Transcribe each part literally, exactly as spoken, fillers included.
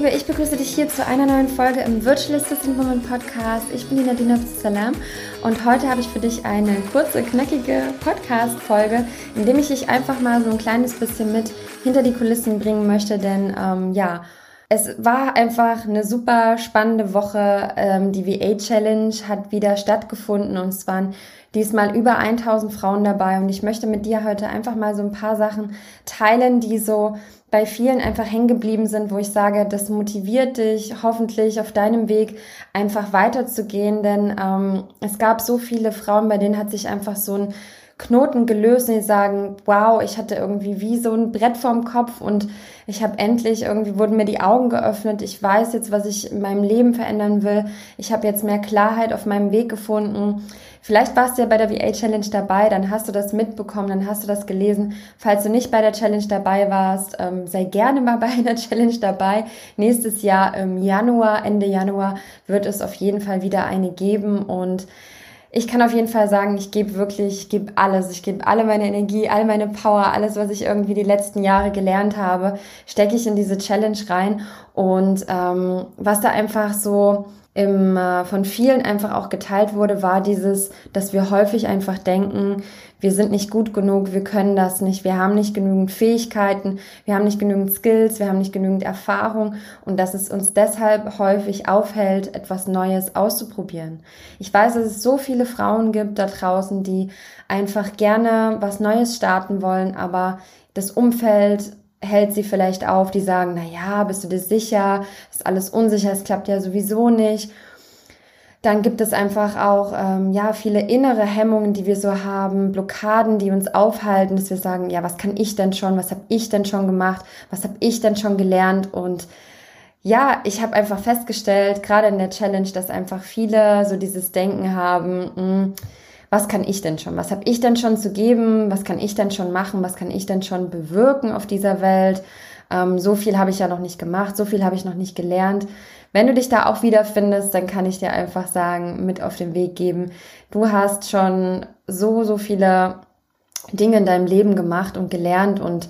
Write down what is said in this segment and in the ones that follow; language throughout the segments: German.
Liebe, ich begrüße dich hier zu einer neuen Folge im Virtual Assistant Woman Podcast. Ich bin die Nadine Abdussalam und heute habe ich für dich eine kurze, knackige Podcast-Folge, in dem ich dich einfach mal so ein kleines bisschen mit hinter die Kulissen bringen möchte, denn ähm, ja, es war einfach eine super spannende Woche. Ähm, die V A Challenge hat wieder stattgefunden und es waren diesmal über tausend Frauen dabei und ich möchte mit dir heute einfach mal so ein paar Sachen teilen, die so bei vielen einfach hängen geblieben sind, wo ich sage, das motiviert dich hoffentlich auf deinem Weg einfach weiterzugehen, denn ähm, es gab so viele Frauen, bei denen hat sich einfach so ein Knoten gelöst und die sagen, wow, ich hatte irgendwie wie so ein Brett vorm Kopf und ich habe endlich, irgendwie wurden mir die Augen geöffnet, ich weiß jetzt, was ich in meinem Leben verändern will, ich habe jetzt mehr Klarheit auf meinem Weg gefunden. Vielleicht warst du ja bei der V A Challenge dabei, dann hast du das mitbekommen, dann hast du das gelesen. Falls du nicht bei der Challenge dabei warst, ähm, sei gerne mal bei einer Challenge dabei. Nächstes Jahr im Januar, Ende Januar, wird es auf jeden Fall wieder eine geben und ich kann auf jeden Fall sagen, ich gebe wirklich, ich gebe alles, ich gebe alle meine Energie, all meine Power, alles, was ich irgendwie die letzten Jahre gelernt habe, stecke ich in diese Challenge rein und ähm, was da einfach so im, äh, von vielen einfach auch geteilt wurde, war dieses, dass wir häufig einfach denken, wir sind nicht gut genug, wir können das nicht, wir haben nicht genügend Fähigkeiten, wir haben nicht genügend Skills, wir haben nicht genügend Erfahrung und dass es uns deshalb häufig aufhält, etwas Neues auszuprobieren. Ich weiß, dass es so viele Frauen gibt da draußen, die einfach gerne was Neues starten wollen, aber das Umfeld hält sie vielleicht auf, die sagen, na ja, bist du dir sicher, ist alles unsicher, es klappt ja sowieso nicht. Dann gibt es einfach auch ähm, ja viele innere Hemmungen, die wir so haben, Blockaden, die uns aufhalten, dass wir sagen, ja, was kann ich denn schon, was habe ich denn schon gemacht, was habe ich denn schon gelernt und ja, ich habe einfach festgestellt, gerade in der Challenge, dass einfach viele so dieses Denken haben, mh, was kann ich denn schon? Was habe ich denn schon zu geben? Was kann ich denn schon machen? Was kann ich denn schon bewirken auf dieser Welt? Ähm, so viel habe ich ja noch nicht gemacht, so viel habe ich noch nicht gelernt. Wenn du dich da auch wiederfindest, dann kann ich dir einfach sagen, mit auf den Weg geben. Du hast schon so, so viele Dinge in deinem Leben gemacht und gelernt und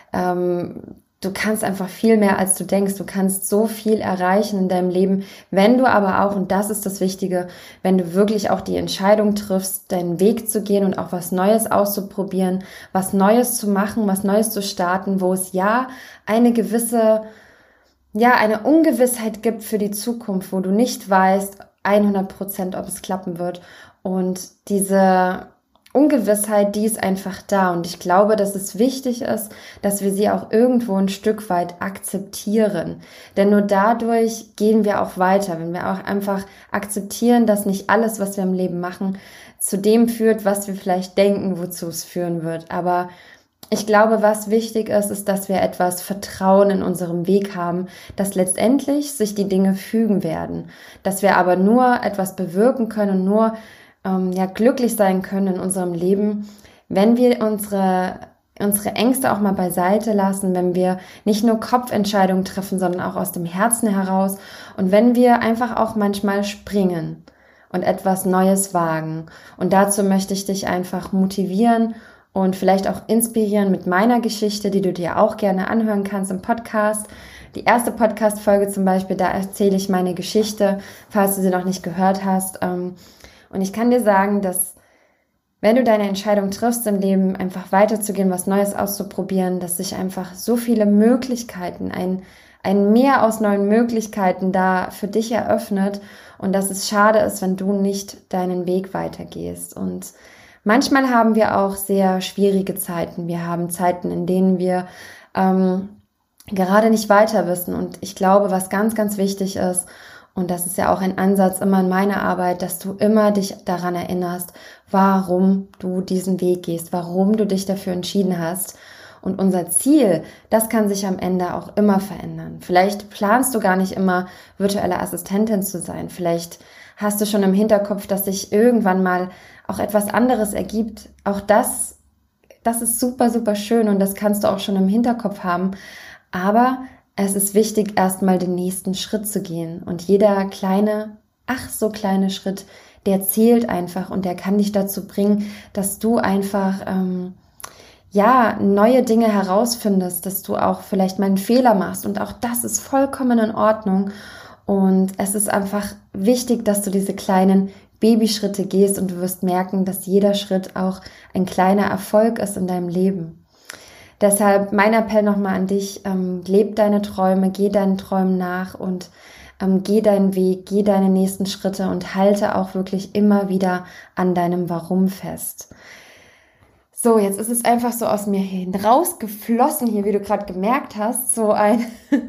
ähm, du kannst einfach viel mehr, als du denkst. Du kannst so viel erreichen in deinem Leben, wenn du aber auch, und das ist das Wichtige, wenn du wirklich auch die Entscheidung triffst, deinen Weg zu gehen und auch was Neues auszuprobieren, was Neues zu machen, was Neues zu starten, wo es ja eine gewisse, ja, eine Ungewissheit gibt für die Zukunft, wo du nicht weißt, hundert Prozent, ob es klappen wird. Und diese Ungewissheit, die ist einfach da und ich glaube, dass es wichtig ist, dass wir sie auch irgendwo ein Stück weit akzeptieren, denn nur dadurch gehen wir auch weiter, wenn wir auch einfach akzeptieren, dass nicht alles, was wir im Leben machen, zu dem führt, was wir vielleicht denken, wozu es führen wird, aber ich glaube, was wichtig ist, ist, dass wir etwas Vertrauen in unserem Weg haben, dass letztendlich sich die Dinge fügen werden, dass wir aber nur etwas bewirken können und nur ähm, ja, glücklich sein können in unserem Leben, wenn wir unsere, unsere Ängste auch mal beiseite lassen, wenn wir nicht nur Kopfentscheidungen treffen, sondern auch aus dem Herzen heraus und wenn wir einfach auch manchmal springen und etwas Neues wagen. Und dazu möchte ich dich einfach motivieren und vielleicht auch inspirieren mit meiner Geschichte, die du dir auch gerne anhören kannst im Podcast. Die erste Podcast-Folge zum Beispiel, da erzähle ich meine Geschichte, falls du sie noch nicht gehört hast. Und ich kann dir sagen, dass wenn du deine Entscheidung triffst im Leben, einfach weiterzugehen, was Neues auszuprobieren, dass sich einfach so viele Möglichkeiten, ein, ein Meer aus neuen Möglichkeiten da für dich eröffnet und dass es schade ist, wenn du nicht deinen Weg weitergehst. Und manchmal haben wir auch sehr schwierige Zeiten. Wir haben Zeiten, in denen wir ähm, gerade nicht weiter wissen. Und ich glaube, was ganz, ganz wichtig ist, und das ist ja auch ein Ansatz immer in meiner Arbeit, dass du immer dich daran erinnerst, warum du diesen Weg gehst, warum du dich dafür entschieden hast. Und unser Ziel, das kann sich am Ende auch immer verändern. Vielleicht planst du gar nicht immer, virtuelle Assistentin zu sein. Vielleicht hast du schon im Hinterkopf, dass sich irgendwann mal auch etwas anderes ergibt. Auch das, das ist super, super schön und das kannst du auch schon im Hinterkopf haben. Aber es ist wichtig, erstmal den nächsten Schritt zu gehen. Und jeder kleine, ach so kleine Schritt, der zählt einfach und der kann dich dazu bringen, dass du einfach ähm, ja, neue Dinge herausfindest, dass du auch vielleicht mal einen Fehler machst und auch das ist vollkommen in Ordnung und es ist einfach wichtig, dass du diese kleinen Babyschritte gehst und du wirst merken, dass jeder Schritt auch ein kleiner Erfolg ist in deinem Leben. Deshalb mein Appell nochmal an dich, ähm, leb deine Träume, geh deinen Träumen nach und ähm, geh deinen Weg, geh deine nächsten Schritte und halte auch wirklich immer wieder an deinem Warum fest. So, jetzt ist es einfach so aus mir rausgeflossen hier, wie du gerade gemerkt hast, so ein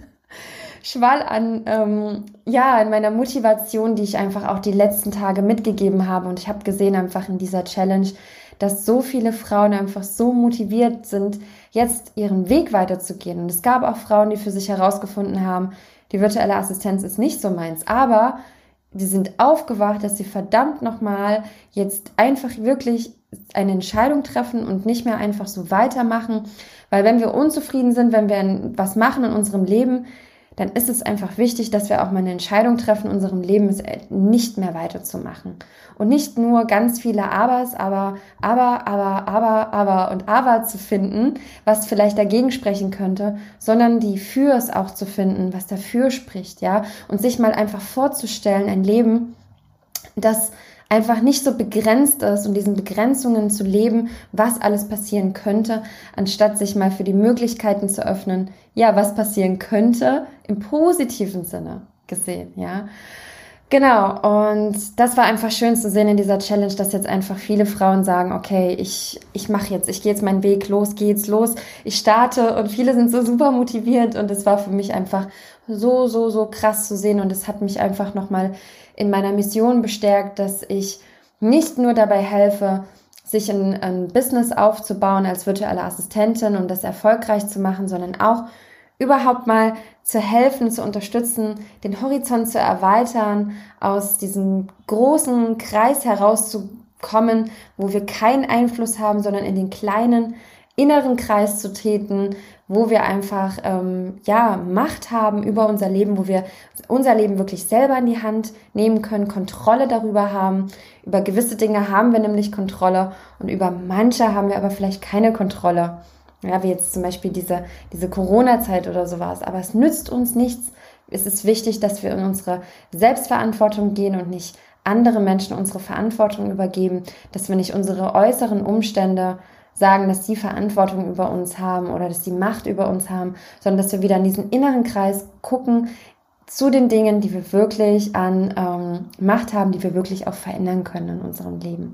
Schwall an, ähm, ja, an meiner Motivation, die ich einfach auch die letzten Tage mitgegeben habe. Und ich habe gesehen einfach in dieser Challenge, dass so viele Frauen einfach so motiviert sind, jetzt ihren Weg weiterzugehen. Und es gab auch Frauen, die für sich herausgefunden haben, die virtuelle Assistenz ist nicht so meins, aber die sind aufgewacht, dass sie verdammt nochmal jetzt einfach wirklich eine Entscheidung treffen und nicht mehr einfach so weitermachen, weil wenn wir unzufrieden sind, wenn wir was machen in unserem Leben, dann ist es einfach wichtig, dass wir auch mal eine Entscheidung treffen, in unserem Leben nicht mehr weiterzumachen. Und nicht nur ganz viele Abers, aber, aber, aber, aber, aber und aber zu finden, was vielleicht dagegen sprechen könnte, sondern die Fürs auch zu finden, was dafür spricht, ja, und sich mal einfach vorzustellen, ein Leben, das einfach nicht so begrenzt ist und diesen Begrenzungen zu leben, was alles passieren könnte, anstatt sich mal für die Möglichkeiten zu öffnen, ja, was passieren könnte, im positiven Sinne gesehen, ja. Genau, und das war einfach schön zu sehen in dieser Challenge, dass jetzt einfach viele Frauen sagen, okay, ich ich mache jetzt, ich gehe jetzt meinen Weg, los geht's, los, ich starte und viele sind so super motiviert und es war für mich einfach so, so, so krass zu sehen und es hat mich einfach nochmal in meiner Mission bestärkt, dass ich nicht nur dabei helfe, sich ein, ein Business aufzubauen als virtuelle Assistentin und das erfolgreich zu machen, sondern auch überhaupt mal zu helfen, zu unterstützen, den Horizont zu erweitern, aus diesem großen Kreis herauszukommen, wo wir keinen Einfluss haben, sondern in den kleinen inneren Kreis zu treten, wo wir einfach ähm, ja Macht haben über unser Leben, wo wir unser Leben wirklich selber in die Hand nehmen können, Kontrolle darüber haben. Über gewisse Dinge haben wir nämlich Kontrolle und über manche haben wir aber vielleicht keine Kontrolle. Ja, wie jetzt zum Beispiel diese, diese Corona-Zeit oder sowas. Aber es nützt uns nichts. Es ist wichtig, dass wir in unsere Selbstverantwortung gehen und nicht andere Menschen unsere Verantwortung übergeben, dass wir nicht unsere äußeren Umstände sagen, dass die Verantwortung über uns haben oder dass die Macht über uns haben, sondern dass wir wieder in diesen inneren Kreis gucken zu den Dingen, die wir wirklich an ähm, Macht haben, die wir wirklich auch verändern können in unserem Leben.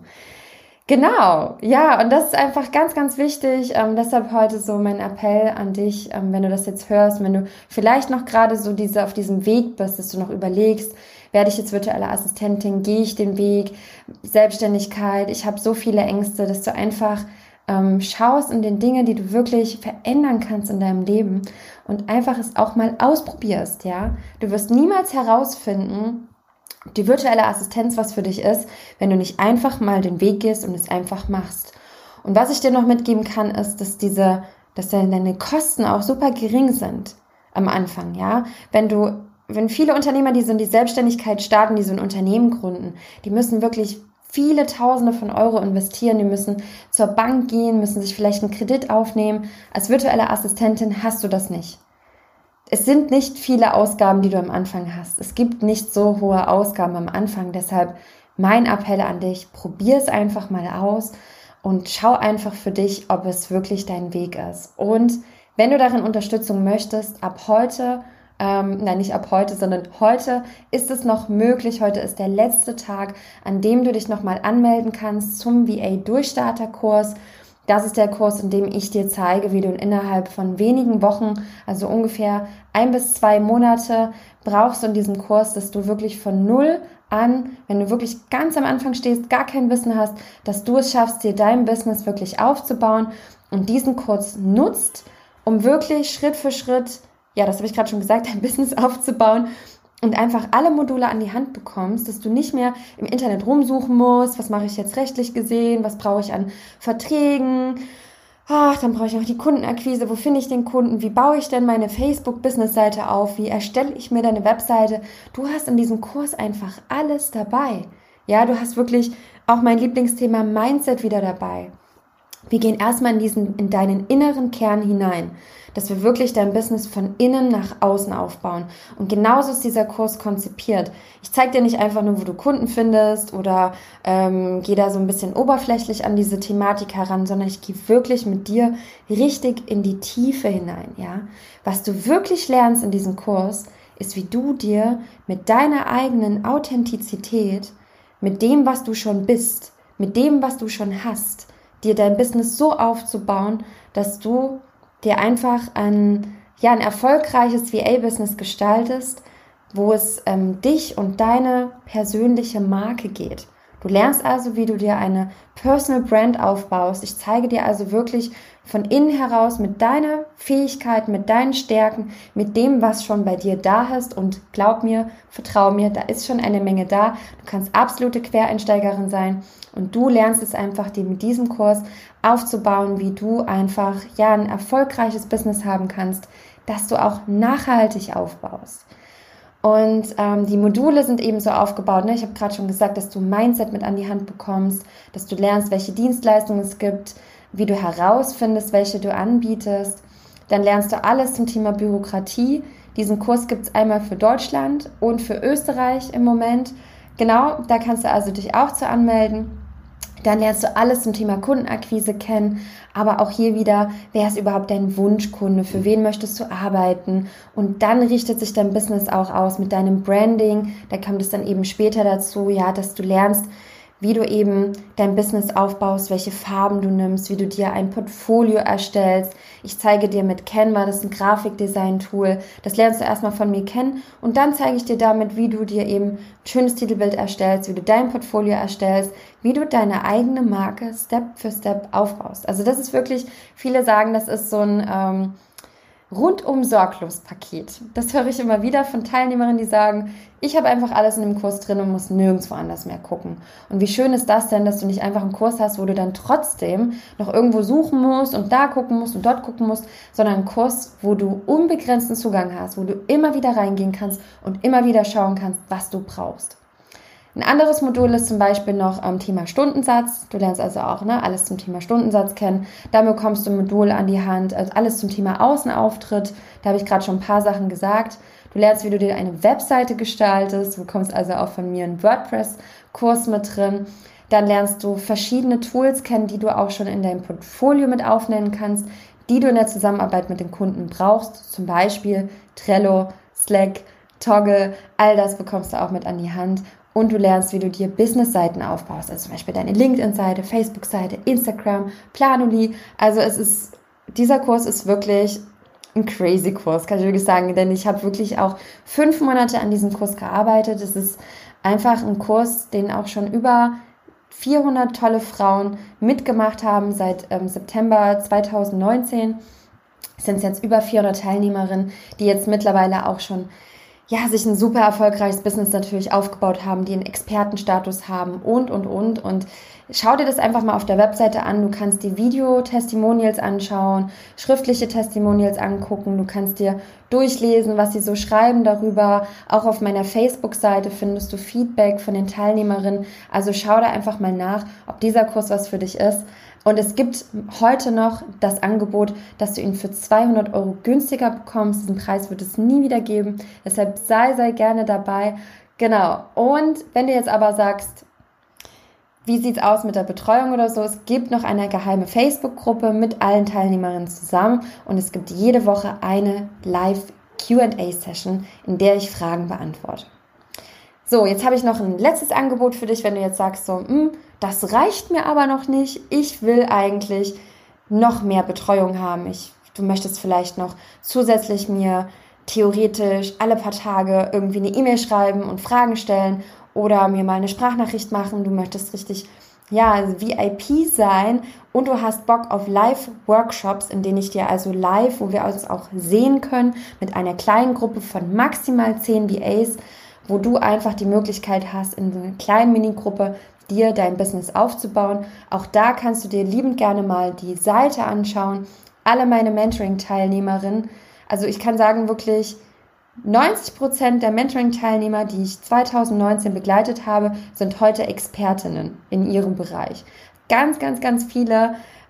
Genau, ja, und das ist einfach ganz, ganz wichtig. Ähm, deshalb heute so mein Appell an dich, ähm, wenn du das jetzt hörst, wenn du vielleicht noch gerade so diese auf diesem Weg bist, dass du noch überlegst, werde ich jetzt virtuelle Assistentin, gehe ich den Weg, Selbstständigkeit, ich habe so viele Ängste, dass du einfach ähm, schaust in den Dingen, die du wirklich verändern kannst in deinem Leben und einfach es auch mal ausprobierst, ja. Du wirst niemals herausfinden, die virtuelle Assistenz was für dich ist, wenn du nicht einfach mal den Weg gehst und es einfach machst. Und was ich dir noch mitgeben kann, ist, dass diese, dass deine Kosten auch super gering sind am Anfang, ja. Wenn du, wenn viele Unternehmer, die so in die Selbstständigkeit starten, die so ein Unternehmen gründen, die müssen wirklich viele Tausende von Euro investieren, die müssen zur Bank gehen, müssen sich vielleicht einen Kredit aufnehmen. Als virtuelle Assistentin hast du das nicht. Es sind nicht viele Ausgaben, die du am Anfang hast. Es gibt nicht so hohe Ausgaben am Anfang. Deshalb mein Appell an dich, probier es einfach mal aus und schau einfach für dich, ob es wirklich dein Weg ist. Und wenn du darin Unterstützung möchtest, ab heute, ähm, nein, nicht ab heute, sondern heute ist es noch möglich. Heute ist der letzte Tag, an dem du dich nochmal anmelden kannst zum V A-Durchstarterkurs. Das ist der Kurs, in dem ich dir zeige, wie du innerhalb von wenigen Wochen, also ungefähr ein bis zwei Monate brauchst du in diesem Kurs, dass du wirklich von null an, wenn du wirklich ganz am Anfang stehst, gar kein Wissen hast, dass du es schaffst, dir dein Business wirklich aufzubauen und diesen Kurs nutzt, um wirklich Schritt für Schritt, ja, das habe ich gerade schon gesagt, dein Business aufzubauen und einfach alle Module an die Hand bekommst, dass du nicht mehr im Internet rumsuchen musst, was mache ich jetzt rechtlich gesehen, was brauche ich an Verträgen, ach, dann brauche ich noch die Kundenakquise, wo finde ich den Kunden, wie baue ich denn meine Facebook-Business-Seite auf, wie erstelle ich mir deine Webseite. Du hast in diesem Kurs einfach alles dabei. Ja, du hast wirklich auch mein Lieblingsthema Mindset wieder dabei. Wir gehen erstmal in diesen, in deinen inneren Kern hinein, dass wir wirklich dein Business von innen nach außen aufbauen. Und genauso ist dieser Kurs konzipiert. Ich zeige dir nicht einfach nur, wo du Kunden findest oder ähm, gehe da so ein bisschen oberflächlich an diese Thematik heran, sondern ich gehe wirklich mit dir richtig in die Tiefe hinein. Ja? Was du wirklich lernst in diesem Kurs, ist, wie du dir mit deiner eigenen Authentizität, mit dem, was du schon bist, mit dem, was du schon hast, dir dein Business so aufzubauen, dass du dir einfach ein, ja, ein erfolgreiches V A-Business gestaltest, wo es ähm, dich und deine persönliche Marke geht. Du lernst also, wie du dir eine Personal Brand aufbaust. Ich zeige dir also wirklich von innen heraus mit deiner Fähigkeit, mit deinen Stärken, mit dem, was schon bei dir da ist. Und glaub mir, vertrau mir, da ist schon eine Menge da. Du kannst absolute Quereinsteigerin sein und du lernst es einfach, dir mit diesem Kurs aufzubauen, wie du einfach ja ein erfolgreiches Business haben kannst, das du auch nachhaltig aufbaust. Und ähm, die Module sind eben so aufgebaut, ne? Ich habe gerade schon gesagt, dass du ein Mindset mit an die Hand bekommst, dass du lernst, welche Dienstleistungen es gibt, wie du herausfindest, welche du anbietest. Dann lernst du alles zum Thema Bürokratie. Diesen Kurs gibt es einmal für Deutschland und für Österreich im Moment. Genau, da kannst du also dich auch zu anmelden. Dann lernst du alles zum Thema Kundenakquise kennen, aber auch hier wieder, wer ist überhaupt dein Wunschkunde, für wen möchtest du arbeiten, und dann richtet sich dein Business auch aus mit deinem Branding. Da kommt es dann eben später dazu, ja, dass du lernst, wie du eben dein Business aufbaust, welche Farben du nimmst, wie du dir ein Portfolio erstellst. Ich zeige dir mit Canva, das ist ein Grafikdesign-Tool, das lernst du erstmal von mir kennen, und dann zeige ich dir damit, wie du dir eben ein schönes Titelbild erstellst, wie du dein Portfolio erstellst, wie du deine eigene Marke Step für Step aufbaust. Also das ist wirklich, viele sagen, das ist so ein ähm, rundum sorglos Paket. Das höre ich immer wieder von Teilnehmerinnen, die sagen, ich habe einfach alles in dem Kurs drin und muss nirgendwo anders mehr gucken. Und wie schön ist das denn, dass du nicht einfach einen Kurs hast, wo du dann trotzdem noch irgendwo suchen musst und da gucken musst und dort gucken musst, sondern einen Kurs, wo du unbegrenzten Zugang hast, wo du immer wieder reingehen kannst und immer wieder schauen kannst, was du brauchst. Ein anderes Modul ist zum Beispiel noch am Thema Stundensatz. Du lernst also auch ne, alles zum Thema Stundensatz kennen. Dann bekommst du ein Modul an die Hand, also alles zum Thema Außenauftritt. Da habe ich gerade schon ein paar Sachen gesagt. Du lernst, wie du dir eine Webseite gestaltest. Du bekommst also auch von mir einen WordPress-Kurs mit drin. Dann lernst du verschiedene Tools kennen, die du auch schon in dein Portfolio mit aufnehmen kannst, die du in der Zusammenarbeit mit den Kunden brauchst. Zum Beispiel Trello, Slack, Toggle, all das bekommst du auch mit an die Hand. Und du lernst, wie du dir Business-Seiten aufbaust, also zum Beispiel deine LinkedIn-Seite, Facebook-Seite, Instagram, Planoly. Also es ist, dieser Kurs ist wirklich ein crazy Kurs, kann ich wirklich sagen, denn ich habe wirklich auch fünf Monate an diesem Kurs gearbeitet. Es ist einfach ein Kurs, den auch schon über vierhundert tolle Frauen mitgemacht haben. Seit ähm, September zweitausendneunzehn sind es jetzt über vierhundert Teilnehmerinnen, die jetzt mittlerweile auch schon ja, sich ein super erfolgreiches Business natürlich aufgebaut haben, die einen Expertenstatus haben und, und, und. Und schau dir das einfach mal auf der Webseite an. Du kannst dir Video-Testimonials anschauen, schriftliche Testimonials angucken. Du kannst dir durchlesen, was sie so schreiben darüber. Auch auf meiner Facebook-Seite findest du Feedback von den Teilnehmerinnen. Also schau da einfach mal nach, ob dieser Kurs was für dich ist. Und es gibt heute noch das Angebot, dass du ihn für zweihundert Euro günstiger bekommst. Diesen Preis wird es nie wieder geben. Deshalb sei, sei gerne dabei. Genau. Und wenn du jetzt aber sagst, wie sieht's aus mit der Betreuung oder so? Es gibt noch eine geheime Facebook-Gruppe mit allen Teilnehmerinnen zusammen. Und es gibt jede Woche eine Live-Q and A-Session, in der ich Fragen beantworte. So, jetzt habe ich noch ein letztes Angebot für dich, wenn du jetzt sagst, so, mh, das reicht mir aber noch nicht. Ich will eigentlich noch mehr Betreuung haben. Ich, du möchtest vielleicht noch zusätzlich mir theoretisch alle paar Tage irgendwie eine E-Mail schreiben und Fragen stellen oder mir mal eine Sprachnachricht machen. Du möchtest richtig, ja, V I P sein und du hast Bock auf Live-Workshops, in denen ich dir also live, wo wir uns auch sehen können, mit einer kleinen Gruppe von maximal zehn V As, wo du einfach die Möglichkeit hast, in so einer kleinen Minigruppe dir dein Business aufzubauen. Auch da kannst du dir liebend gerne mal die Seite anschauen. Alle meine Mentoring-Teilnehmerinnen, also ich kann sagen wirklich, neunzig Prozent der Mentoring-Teilnehmer, die ich zweitausendneunzehn begleitet habe, sind heute Expertinnen in ihrem Bereich. Ganz, ganz, ganz viele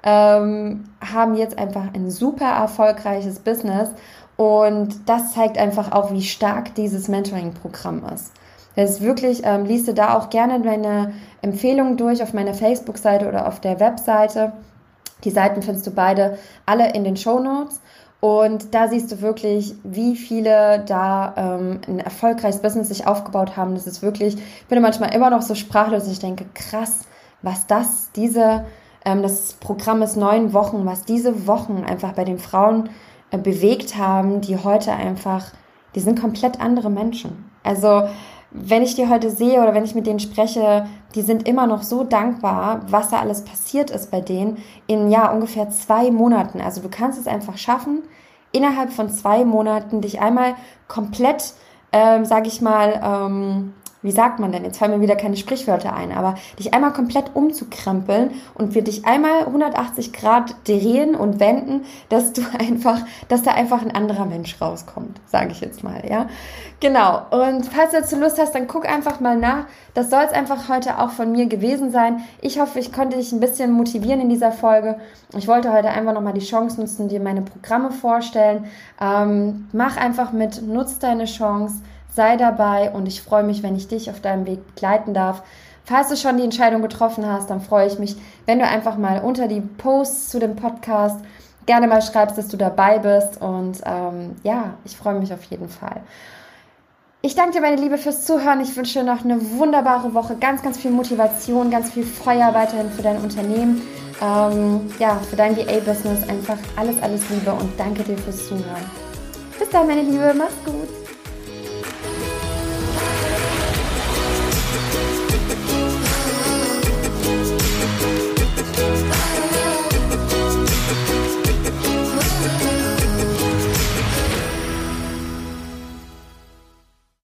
ähm, haben jetzt einfach ein super erfolgreiches Business und das zeigt einfach auch, wie stark dieses Mentoring-Programm ist. Das ist wirklich, ähm, liest du da auch gerne meine Empfehlungen durch auf meiner Facebook-Seite oder auf der Webseite. Die Seiten findest du beide alle in den Shownotes. Und da siehst du wirklich, wie viele da ähm, ein erfolgreiches Business sich aufgebaut haben. Das ist wirklich, ich bin manchmal immer noch so sprachlos. Ich denke, krass, was das, diese, ähm, das Programm ist neun Wochen, was diese Wochen einfach bei den Frauen äh, bewegt haben, die heute einfach, die sind komplett andere Menschen. Also wenn ich die heute sehe oder wenn ich mit denen spreche, die sind immer noch so dankbar, was da alles passiert ist bei denen in ja ungefähr zwei Monaten. Also du kannst es einfach schaffen, innerhalb von zwei Monaten dich einmal komplett, ähm, sage ich mal, ähm, wie sagt man denn, jetzt fallen mir wieder keine Sprichwörter ein, aber dich einmal komplett umzukrempeln und wir dich einmal hundertachtzig Grad drehen und wenden, dass du einfach, dass da einfach ein anderer Mensch rauskommt, sage ich jetzt mal, ja. Genau, und falls du dazu Lust hast, dann guck einfach mal nach. Das soll es einfach heute auch von mir gewesen sein. Ich hoffe, ich konnte dich ein bisschen motivieren in dieser Folge. Ich wollte heute einfach nochmal die Chance nutzen, dir meine Programme vorstellen. Ähm, mach einfach mit, nutz deine Chance. Sei dabei und ich freue mich, wenn ich dich auf deinem Weg begleiten darf. Falls du schon die Entscheidung getroffen hast, dann freue ich mich, wenn du einfach mal unter die Posts zu dem Podcast gerne mal schreibst, dass du dabei bist. Und ähm, ja, ich freue mich auf jeden Fall. Ich danke dir, meine Liebe, fürs Zuhören. Ich wünsche dir noch eine wunderbare Woche, ganz, ganz viel Motivation, ganz viel Feuer weiterhin für dein Unternehmen, ähm, ja, für dein V A-Business. Einfach alles, alles Liebe und danke dir fürs Zuhören. Bis dann, meine Liebe. Mach's gut.